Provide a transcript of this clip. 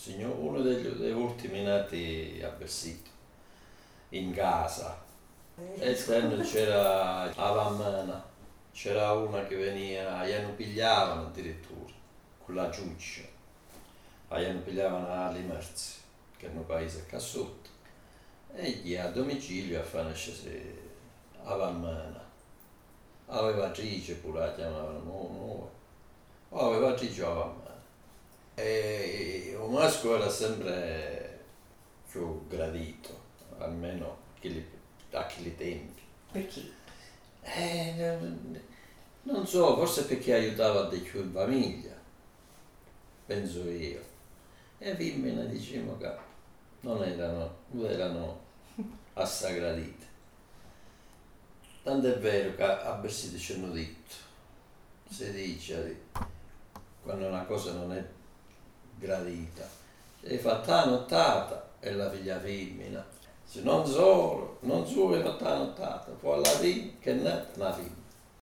uno degli ultimi nati a Bersito, in casa. E esterno c'era Avammana, c'era una che veniva, gli pigliavano addirittura, con la giuccia, gli pigliavano alle Merzi, che è un paese qua sotto, e gli a domicilio a fare nascere Avammana. Aveva Gigi pure la chiamavano, aveva Gigi Avammana. E un maschio era sempre più gradito, almeno a quei tempi. Perché? Non so, forse perché aiutava di più in famiglia, penso io. E femmine diciamo che non erano assai gradite. Tanto è vero che a Bersito ci hanno detto, si dice, quando una cosa non è gradita, si fa la nottata e la figlia femmina. Se non solo, non solo è la nottata, poi alla fine che è nata una femmina.